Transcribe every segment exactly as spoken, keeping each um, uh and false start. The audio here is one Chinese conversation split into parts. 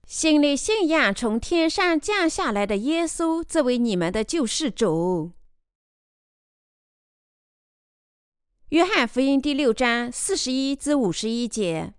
心里信仰从天上降下来的耶稣作为你们的救世主。约翰福音第六章四十一至五十一节。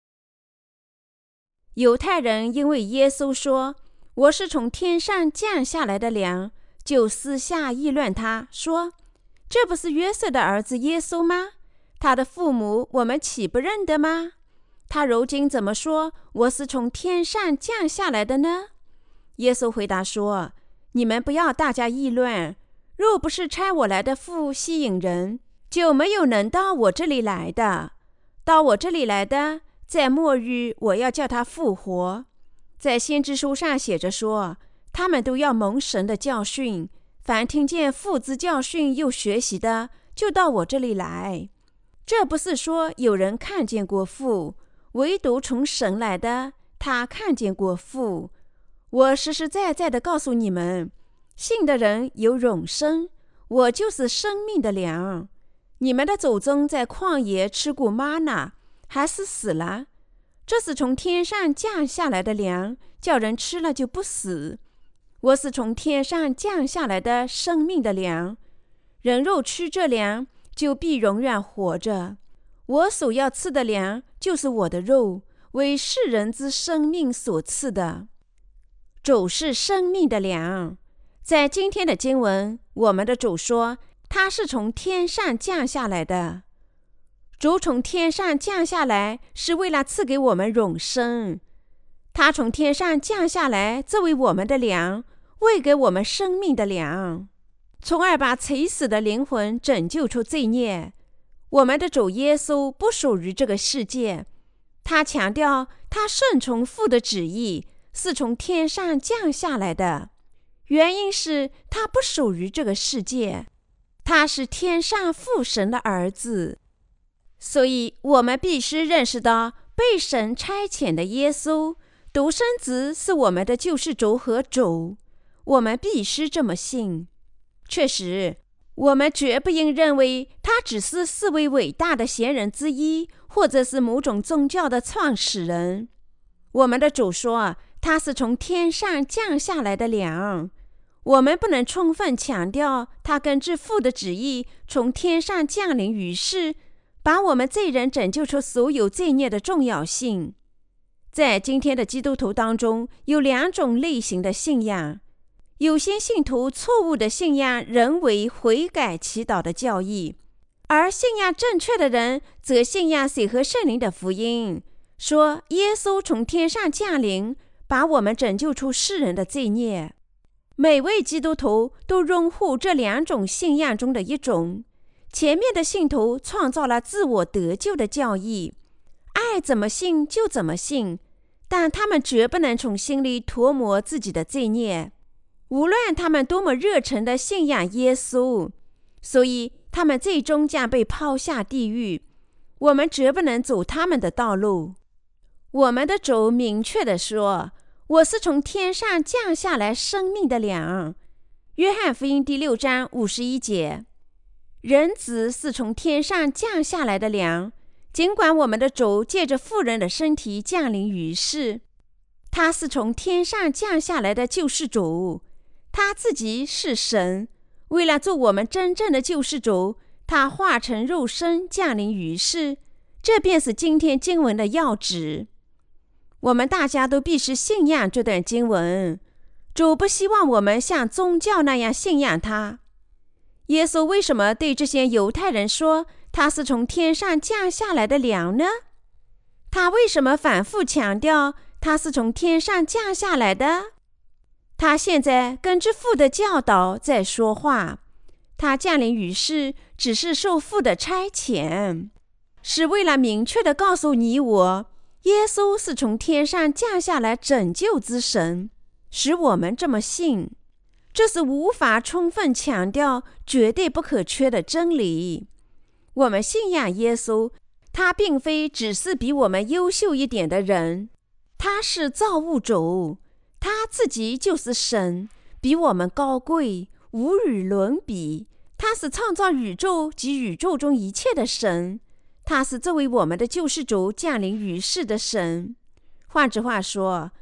犹太人因为耶稣说我是从天上降下来的粮，就私下议论他，说这不是约瑟的儿子耶稣吗？他的父母我们岂不认得吗？他如今怎么说我是从天上降下来的呢？耶稣回答说，你们不要大家议论，若不是差我来的父吸引人，就没有能到我这里来的。到我这里来的，在末日我要叫他复活。在先知书上写着说，他们都要蒙神的教训，凡听见父之教训又学习的，就到我这里来。这不是说有人看见过父，唯独从神来的，他看见过父。我实实在在地告诉你们，信的人有永生，我就是生命的粮。你们的祖宗在旷野吃过吗哪，还是死了。这是从天上降下来的粮，叫人吃了就不死。我是从天上降下来的生命的粮，人若吃这粮，就必永远活着。我所要赐的粮，就是我的肉，为世人之生命所赐的。主是生命的粮。在今天的经文，我们的主说，他是从天上降下来的。主从天上降下来，是为了赐给我们永生。他从天上降下来，作为我们的粮，喂给我们生命的粮，从而把垂死的灵魂拯救出罪孽。我们的主耶稣不属于这个世界，他强调他顺从父的旨意，是从天上降下来的。原因是他不属于这个世界，他是天上父神的儿子。所以我们必须认识到，被神差遣的耶稣独生子是我们的救世主和主，我们必须这么信。确实，我们绝不应认为他只是四位伟大的贤人之一，或者是某种宗教的创始人。我们的主说，他是从天上降下来的粮。我们不能充分强调他根据父的旨意从天上降临于世，把我们罪人拯救出所有罪孽的重要性。在今天的基督徒当中，有两种类型的信仰。有些信徒错误的信仰人为悔改祈祷的教义，而信仰正确的人则信仰水和圣灵的福音，说耶稣从天上降临，把我们拯救出世人的罪孽。每位基督徒都拥护这两种信仰中的一种。前面的信徒创造了自我得救的教义，爱怎么信就怎么信，但他们绝不能从心里涂抹自己的罪孽，无论他们多么热诚地信仰耶稣，所以他们最终将被抛下地狱。我们绝不能走他们的道路。我们的主明确地说，我是从天上降下来生命的粮。约翰福音第六章五十一节。人子是从天上降下来的粮，尽管我们的主借着妇人的身体降临于世，他是从天上降下来的救世主，他自己是神。为了做我们真正的救世主，他化成肉身降临于世，这便是今天经文的要旨。我们大家都必须信仰这段经文，主不希望我们像宗教那样信仰他。耶稣为什么对这些犹太人说他是从天上降下来的粮呢？他为什么反复强调他是从天上降下来的？他现在根据父的教导在说话，他降临于世只是受父的差遣，是为了明确地告诉你我，耶稣是从天上降下来拯救之神，使我们这么信。这是无法充分强调、绝对不可缺的真理。我们信仰耶稣，他并非只是比我们优秀一点的人，他是造物主，他自己就是神，比我们高贵，无与伦比。他是创造宇宙及宇宙中一切的神，他是作为我们的救世主降临于世的神。换句话说，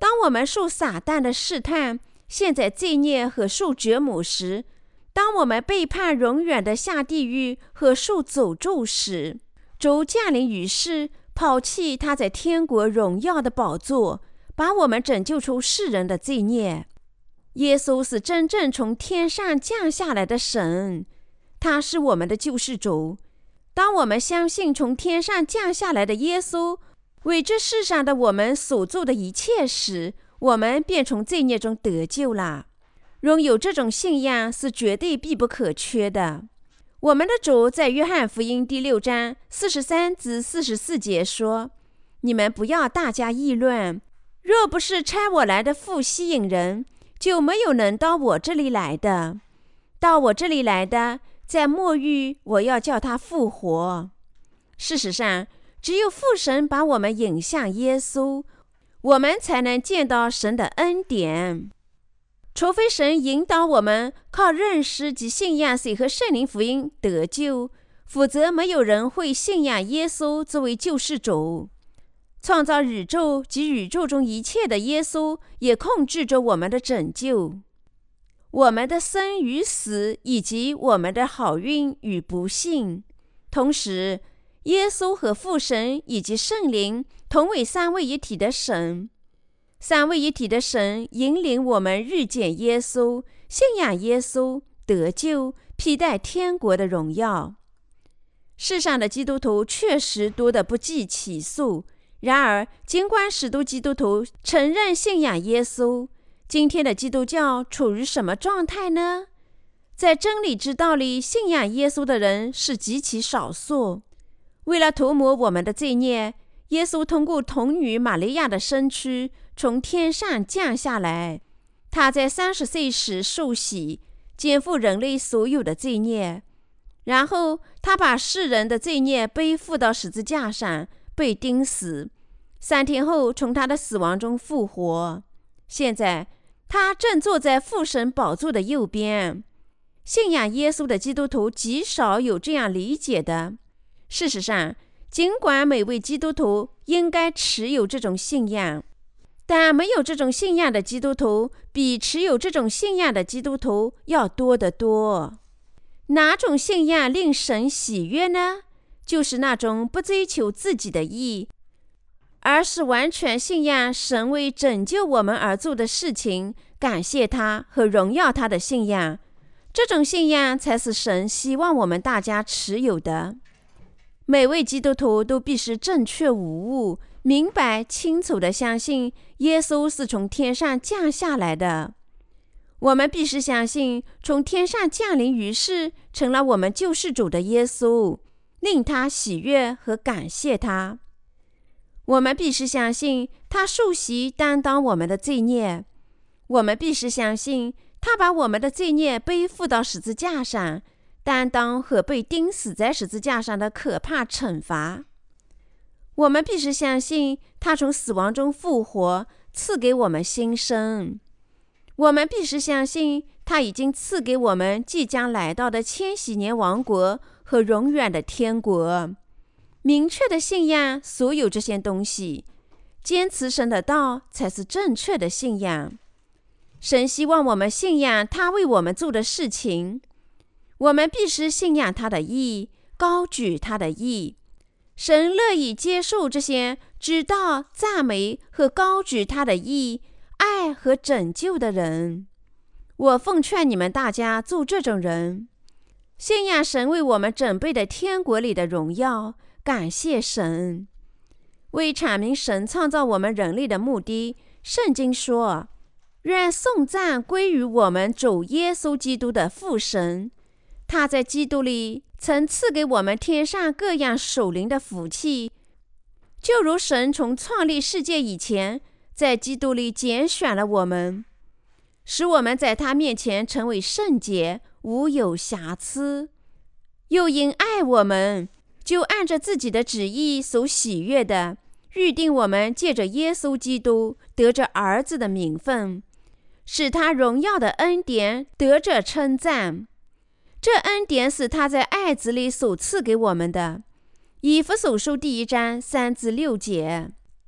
当我们受撒旦的试探，陷在罪孽和受折磨时，当我们背叛永远的下地狱和受诅咒时，主降临于世，抛弃他在天国荣耀的宝座，把我们拯救出世人的罪孽。耶稣是真正从天上降下来的神，他是我们的救世主。当我们相信从天上降下来的耶稣为这世上的我们所做的一切时，我们便从罪孽中得救了。拥有这种信仰是绝对必不可缺的。我们的主在约翰福音第六章四十三至四十四节说：你们不要大家议论，若不是差我来的父吸引人，就没有能到我这里来的。到我这里来的，在末日我要叫他复活。事实上，只有父神把我们引向耶稣，我们才能见到神的恩典。除非神引导我们靠认识及信仰水和圣灵福音得救，否则没有人会信仰耶稣作为救世主。创造宇宙及宇宙中一切的耶稣也控制着我们的拯救，我们的生与死，以及我们的好运与不幸。同时，耶稣和父神以及圣灵同为三位一体的神。三位一体的神引领我们日见耶稣，信仰耶稣，得救，披戴天国的荣耀。世上的基督徒确实多得不计其数，然而尽管许多基督徒承认信仰耶稣，今天的基督教处于什么状态呢？在真理之道里信仰耶稣的人是极其少数。为了涂抹我们的罪孽，耶稣通过童女玛利亚的身躯从天上降下来。他在三十岁时受洗，肩负人类所有的罪孽，然后他把世人的罪孽背负到十字架上，被钉死。三天后从他的死亡中复活。现在他正坐在父神宝座的右边。信仰耶稣的基督徒极少有这样理解的。事实上，尽管每位基督徒应该持有这种信仰，但没有这种信仰的基督徒比持有这种信仰的基督徒要多得多。哪种信仰令神喜悦呢？就是那种不追求自己的义，而是完全信仰神为拯救我们而做的事情，感谢他和荣耀他的信仰。这种信仰才是神希望我们大家持有的。每位基督徒都必须正确无误，明白清楚地相信耶稣是从天上降下来的。我们必须相信从天上降临于世，成了我们救世主的耶稣，令他喜悦和感谢他。我们必须相信他受洗担当我们的罪孽。我们必须相信他把我们的罪孽背负到十字架上，担当和被钉死在十字架上的可怕惩罚。我们必须相信他从死亡中复活，赐给我们新生。我们必须相信他已经赐给我们即将来到的千禧年王国和永远的天国。明确的信仰所有这些东西，坚持神的道才是正确的信仰。神希望我们信仰他为我们做的事情，我们必须信仰他的义，高举他的义。神乐意接受这些知道、赞美和高举他的义、爱和拯救的人。我奉劝你们大家做这种人，信仰神为我们准备的天国里的荣耀，感谢神。为阐明神创造我们人类的目的，圣经说：愿颂赞归于我们主耶稣基督的父神，他在基督里曾赐给我们天上各样属灵的福气，就如神从创立世界以前，在基督里拣选了我们，使我们在他面前成为圣洁，无有瑕疵。又因爱我们，就按着自己的旨意所喜悦的，预定我们借着耶稣基督得着儿子的名分，使他荣耀的恩典得着称赞。这恩典是他在爱子里所赐给我们的。以弗所书第一章三至六节。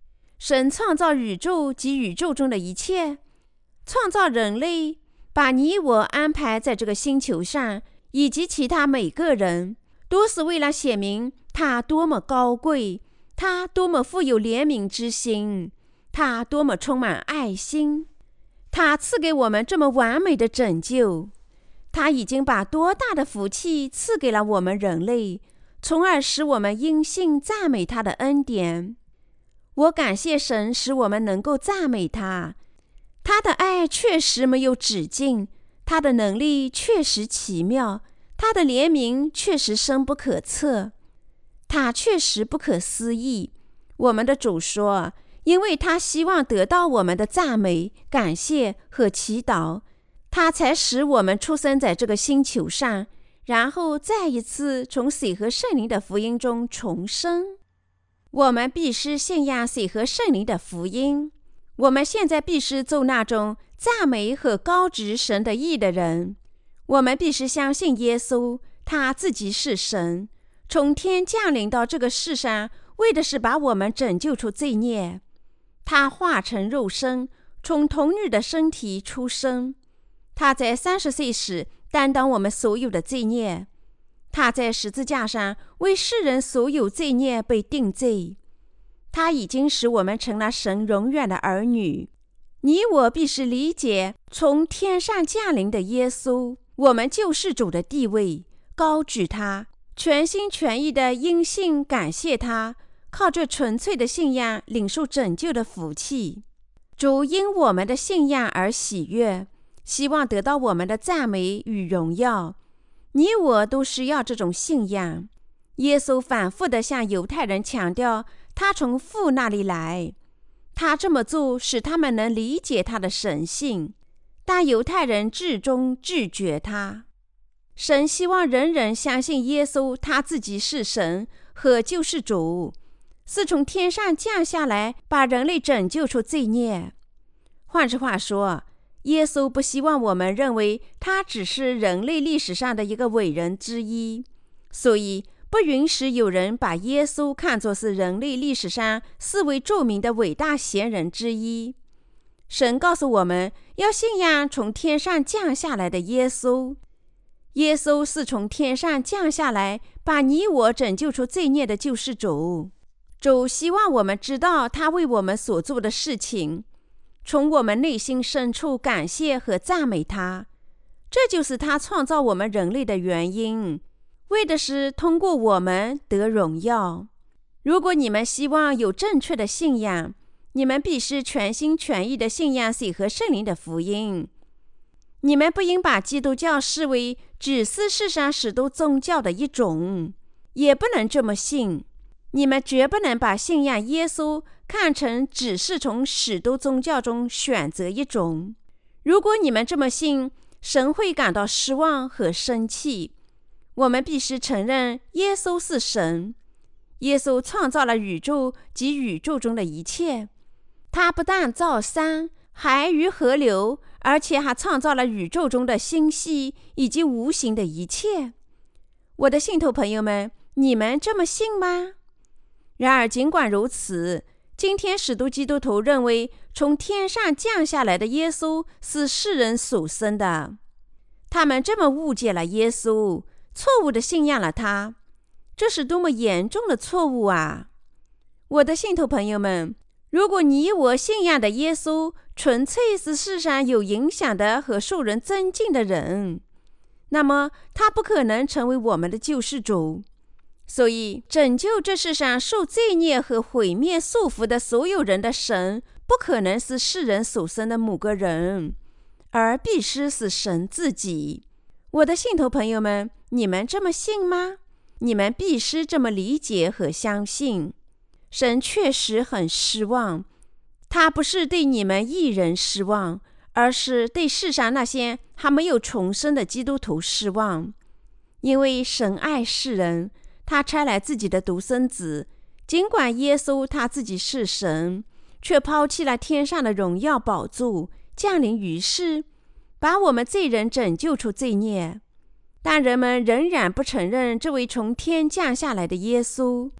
神创造宇宙及宇宙中的一切，创造人类，把你我安排在这个星球上，以及其他每个人，都是为了显明他多么高贵，他多么富有怜悯之心，他多么充满爱心。他赐给我们这么完美的拯救，他已经把多大的福气赐给了我们人类，从而使我们因信赞美他的恩典。我感谢神，使我们能够赞美他。他的爱确实没有止境，他的能力确实奇妙，他的怜悯确实深不可测，他确实不可思议。我们的主说，因为他希望得到我们的赞美、感谢和祈祷，他才使我们出生在这个星球上，然后再一次从水和圣灵的福音中重生。我们必须信仰水和圣灵的福音。我们现在必须做那种赞美和高举神的义的人。我们必须相信耶稣，他自己是神，从天降临到这个世上，为的是把我们拯救出罪孽。他化成肉身，从童女的身体出生。他在三十岁时担当我们所有的罪孽。他在十字架上为世人所有罪孽被定罪。他已经使我们成了神永远的儿女。你我必须理解从天上降临的耶稣，我们救世主的地位，高举他，全心全意的因信感谢他，靠着纯粹的信仰领受拯救的福气。主因我们的信仰而喜悦，希望得到我们的赞美与荣耀。你我都需要这种信仰。耶稣反复地向犹太人强调他从父那里来，他这么做使他们能理解他的神性，但犹太人至终拒绝他。神希望人人相信耶稣他自己是神和救世主，是从天上降下来把人类拯救出罪孽。换句话说，耶稣不希望我们认为他只是人类历史上的一个伟人之一，所以不允许有人把耶稣看作是人类历史上四位著名的伟大贤人之一。神告诉我们要信仰从天上降下来的耶稣。耶稣是从天上降下来把你我拯救出罪孽的救世主。主希望我们知道他为我们所做的事情，从我们内心深处感谢和赞美他。这就是他创造我们人类的原因，为的是通过我们得荣耀。如果你们希望有正确的信仰，你们必须全心全意地信仰水和圣灵的福音。你们不应把基督教视为只是世上许多宗教的一种，也不能这么信。你们绝不能把信仰耶稣看成只是从许多宗教中选择一种。如果你们这么信，神会感到失望和生气。我们必须承认耶稣是神。耶稣创造了宇宙及宇宙中的一切。他不但造山、海与河流，而且还创造了宇宙中的星系以及无形的一切。我的信徒朋友们，你们这么信吗？然而尽管如此，今天许多基督徒认为从天上降下来的耶稣是世人所生的。他们这么误解了耶稣，错误地信仰了他。这是多么严重的错误啊！我的信徒朋友们，如果你我信仰的耶稣纯粹是世上有影响的和受人尊敬的人，那么他不可能成为我们的救世主。所以拯救这世上受罪孽和毁灭束缚的所有人的神，不可能是世人所生的某个人，而必须是神自己。我的信徒朋友们，你们这么信吗？你们必须这么理解和相信。神确实很失望，他不是对你们一人失望，而是对世上那些还没有重生的基督徒失望。因为神爱世人，他差来自己的独生子，尽管耶稣他自己是神，却抛弃了天上的荣耀宝座，降临于世，把我们罪人拯救出罪孽。但人们仍然不承认这位从天降下来的耶稣。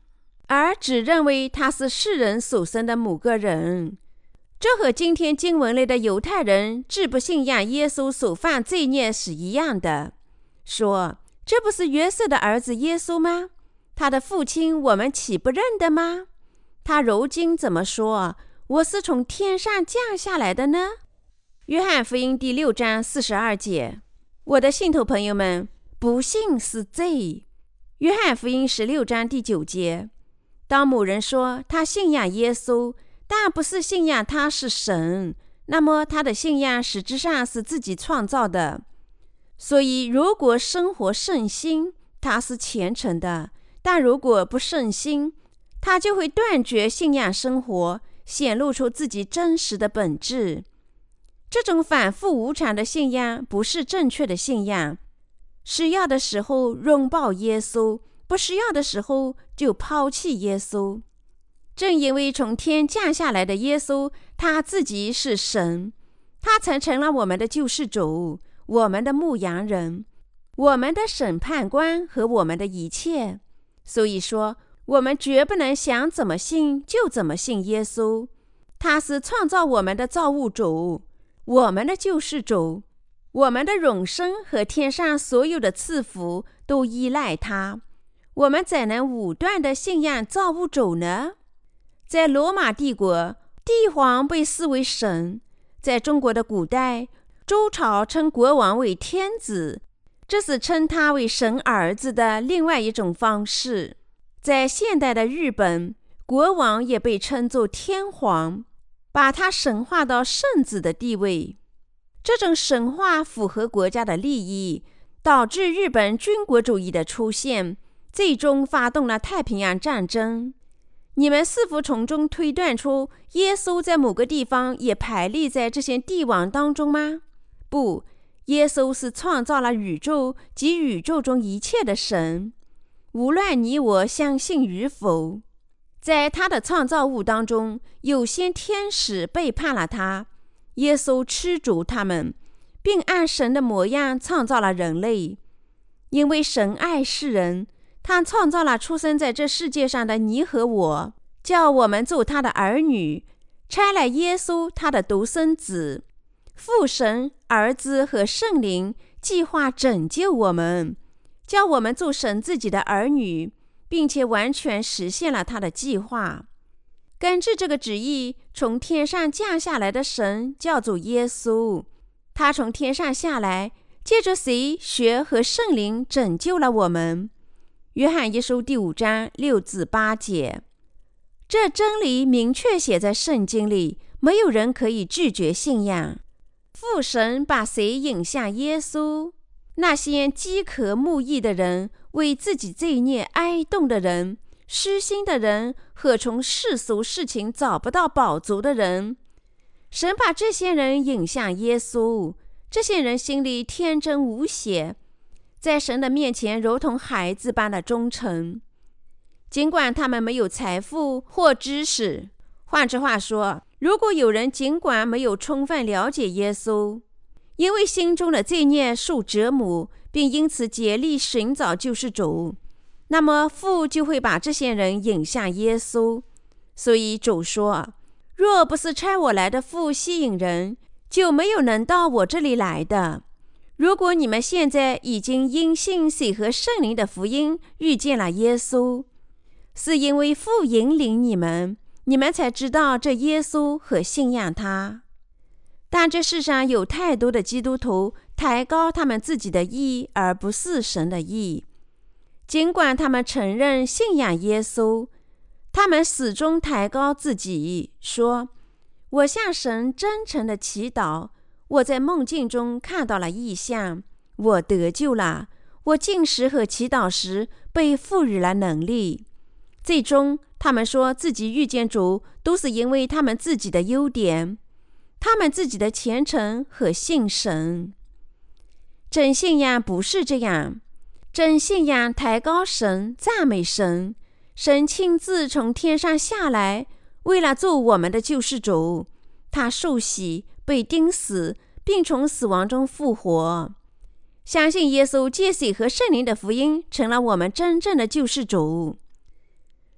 而只认为他是世人所生的某个人。这和今天经文里的犹太人自不信仰耶稣所犯罪孽是一样的，说这不是约瑟的儿子耶稣吗？他的父亲我们岂不认得吗？他如今怎么说我是从天上降下来的呢？约翰福音第六章四十二节。我的信徒朋友们，不信是罪。约翰福音十六章第九节。当某人说他信仰耶稣，但不是信仰他是神，那么他的信仰实质上是自己创造的。所以如果生活圣心，他是虔诚的；但如果不圣心，他就会断绝信仰生活，显露出自己真实的本质。这种反复无常的信仰不是正确的信仰，需要的时候拥抱耶稣，不需要的时候就抛弃耶稣。正因为从天降下来的耶稣，他自己是神，他曾成了我们的救世主，我们的牧羊人，我们的审判官和我们的一切。所以说，我们绝不能想怎么信就怎么信耶稣。他是创造我们的造物主，我们的救世主，我们的永生和天上所有的赐福都依赖他。我们怎能武断地信仰造物主呢？在罗马帝国，帝皇被视为神；在中国的古代，周朝称国王为天子，这是称他为神儿子的另外一种方式。在现代的日本，国王也被称作天皇，把他神化到圣子的地位。这种神化符合国家的利益，导致日本军国主义的出现，最终发动了太平洋战争。你们是否从中推断出耶稣在某个地方也排列在这些帝王当中吗？不，耶稣是创造了宇宙及宇宙中一切的神，无论你我相信与否。在他的创造物当中，有些天使背叛了他，耶稣驱逐他们，并按神的模样创造了人类。因为神爱世人，他创造了出生在这世界上的你和我，叫我们做他的儿女，差了耶稣他的独生子，父神、儿子和圣灵计划拯救我们，叫我们做神自己的儿女，并且完全实现了他的计划。根据这个旨意，从天上降下来的神叫做耶稣，他从天上下来，借着水、血和圣灵拯救了我们。约翰一书第五章六至八节。这真理明确写在圣经里，没有人可以拒绝信仰。父神把谁引向耶稣？那些饥渴慕义的人，为自己罪孽哀痛的人，虚心的人和从世俗事情找不到饱足的人。神把这些人引向耶稣，这些人心里天真无邪，在神的面前如同孩子般的忠诚，尽管他们没有财富或知识。换句话说，如果有人尽管没有充分了解耶稣，因为心中的罪孽受折磨，并因此竭力寻找救世主，那么父就会把这些人引向耶稣。所以主说，若不是差我来的父吸引人，就没有能到我这里来的。如果你们现在已经因信水和圣灵的福音遇见了耶稣，是因为父引领你们，你们才知道这耶稣和信仰他。但这世上有太多的基督徒抬高他们自己的义，而不是神的义。尽管他们承认信仰耶稣，他们始终抬高自己，说，我向神真诚的祈祷，我在梦境中看到了异象，我得救了，我进食和祈祷时被赋予了能力。最终他们说自己遇见主都是因为他们自己的优点，他们自己的虔诚和信神。真信仰不是这样，真信仰抬高神，赞美神，神亲自从天上下来，为了做我们的救世主，他受洗，被钉死，并从死亡中复活。相信耶稣借水和圣灵的福音，成了我们真正的救世主。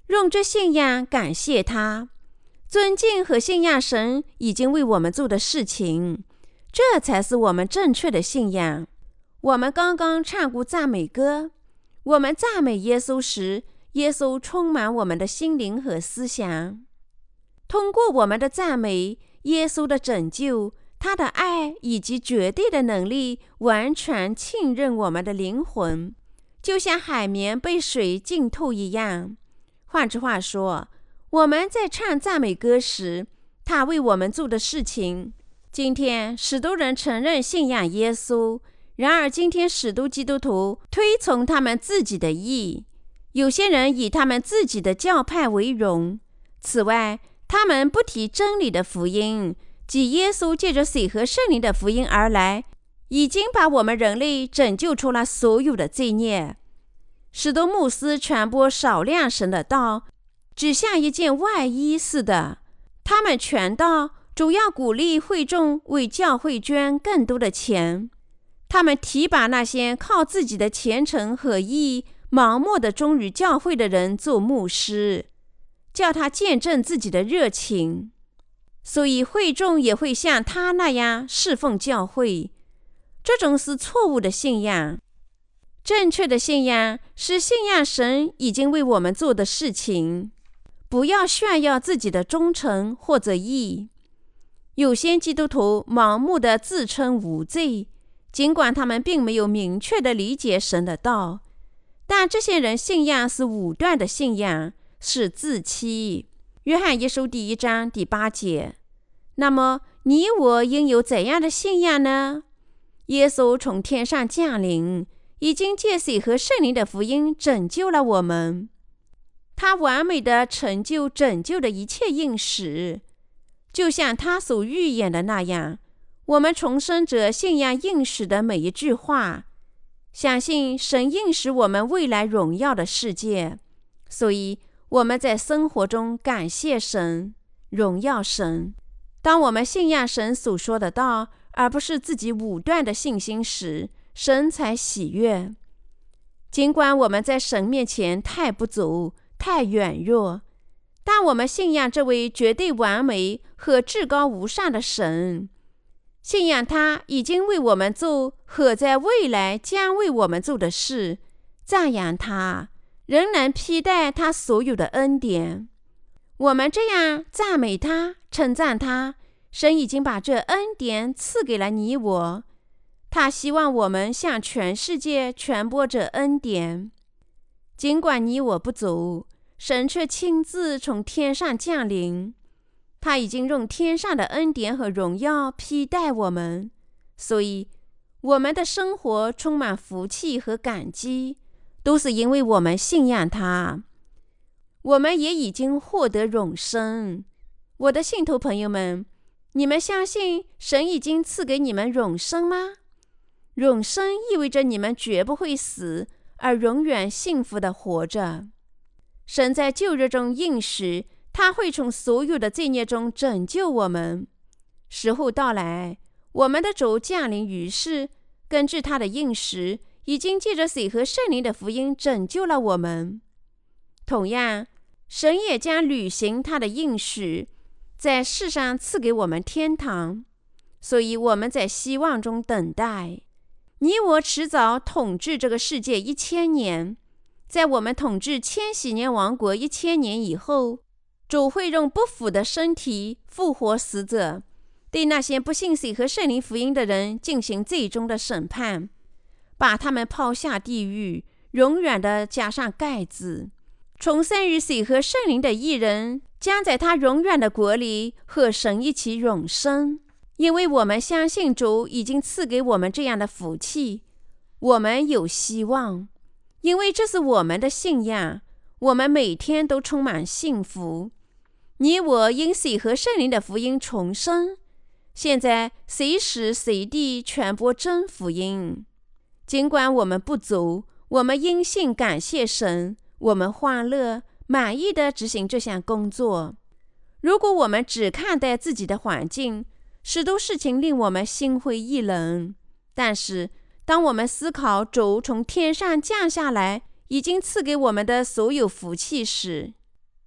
用这信仰感谢他，尊敬和信仰神已经为我们做的事情，这才是我们正确的信仰。我们刚刚唱过赞美歌，我们赞美耶稣时，耶稣充满我们的心灵和思想。通过我们的赞美，耶稣的拯救，他的爱以及绝对的能力完全浸润我们的灵魂，就像海绵被水浸透一样。换句话说，我们在唱赞美歌时，他为我们做的事情。今天许多人承认信仰耶稣，然而今天许多基督徒推崇他们自己的义，有些人以他们自己的教派为荣。此外，他们不提真理的福音，即耶稣借着水和圣灵的福音而来，已经把我们人类拯救出了所有的罪孽。许多牧师传播少量神的道，只像一件外衣似的。他们传道主要鼓励会众为教会捐更多的钱。他们提拔那些靠自己的虔诚和义盲目的忠于教会的人做牧师，叫他见证自己的热情，所以会众也会像他那样侍奉教会。这种是错误的信仰。正确的信仰是信仰神已经为我们做的事情，不要炫耀自己的忠诚或者义。有些基督徒盲目地自称无罪，尽管他们并没有明确地理解神的道，但这些人信仰是武断的信仰，是自欺。约翰一书第一章第八节。那么你我应有怎样的信仰呢？耶稣从天上降临，已经借水和圣灵的福音拯救了我们。他完美地成就拯救的一切应许，就像他所预言的那样，我们重生者信仰应许的每一句话，相信神应许我们未来荣耀的世界。所以我们在生活中感谢神，荣耀神。当我们信仰神所说的道，而不是自己武断的信心时，神才喜悦。尽管我们在神面前太不足、太软弱，但我们信仰这位绝对完美和至高无上的神，信仰他已经为我们做和在未来将为我们做的事，赞扬他，仍能披戴他所有的恩典。我们这样赞美他、称赞他，神已经把这恩典赐给了你我。他希望我们向全世界传播这恩典。尽管你我不足，神却亲自从天上降临。他已经用天上的恩典和荣耀披戴我们，所以我们的生活充满福气和感激，都是因为我们信仰他。我们也已经获得永生。我的信徒朋友们，你们相信神已经赐给你们永生吗？永生意味着你们绝不会死，而永远幸福地活着。神在旧约中应许，他会从所有的罪孽中拯救我们。时候到来，我们的主降临于世，根据他的应许，已经借着水和圣灵的福音拯救了我们。同样，神也将履行他的应许，在世上赐给我们天堂。所以我们在希望中等待。你我迟早统治这个世界一千年，在我们统治千禧年王国一千年以后，主会用不腐的身体复活死者，对那些不信水和圣灵福音的人进行最终的审判，把他们抛下地狱，永远地加上盖子。重生于水和圣灵的义人将在他永远的国里和神一起永生。因为我们相信主已经赐给我们这样的福气，我们有希望。因为这是我们的信仰，我们每天都充满幸福。你我因水和圣灵的福音重生，现在随时随地传播真福音。尽管我们不足，我们因信感谢神，我们欢乐满意地执行这项工作。如果我们只看待自己的环境，许多事情令我们心灰意冷，但是当我们思考主从天上降下来已经赐给我们的所有福气时，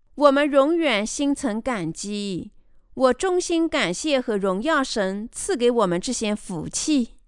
我们永远心存感激。我衷心感谢和荣耀神赐给我们这些福气。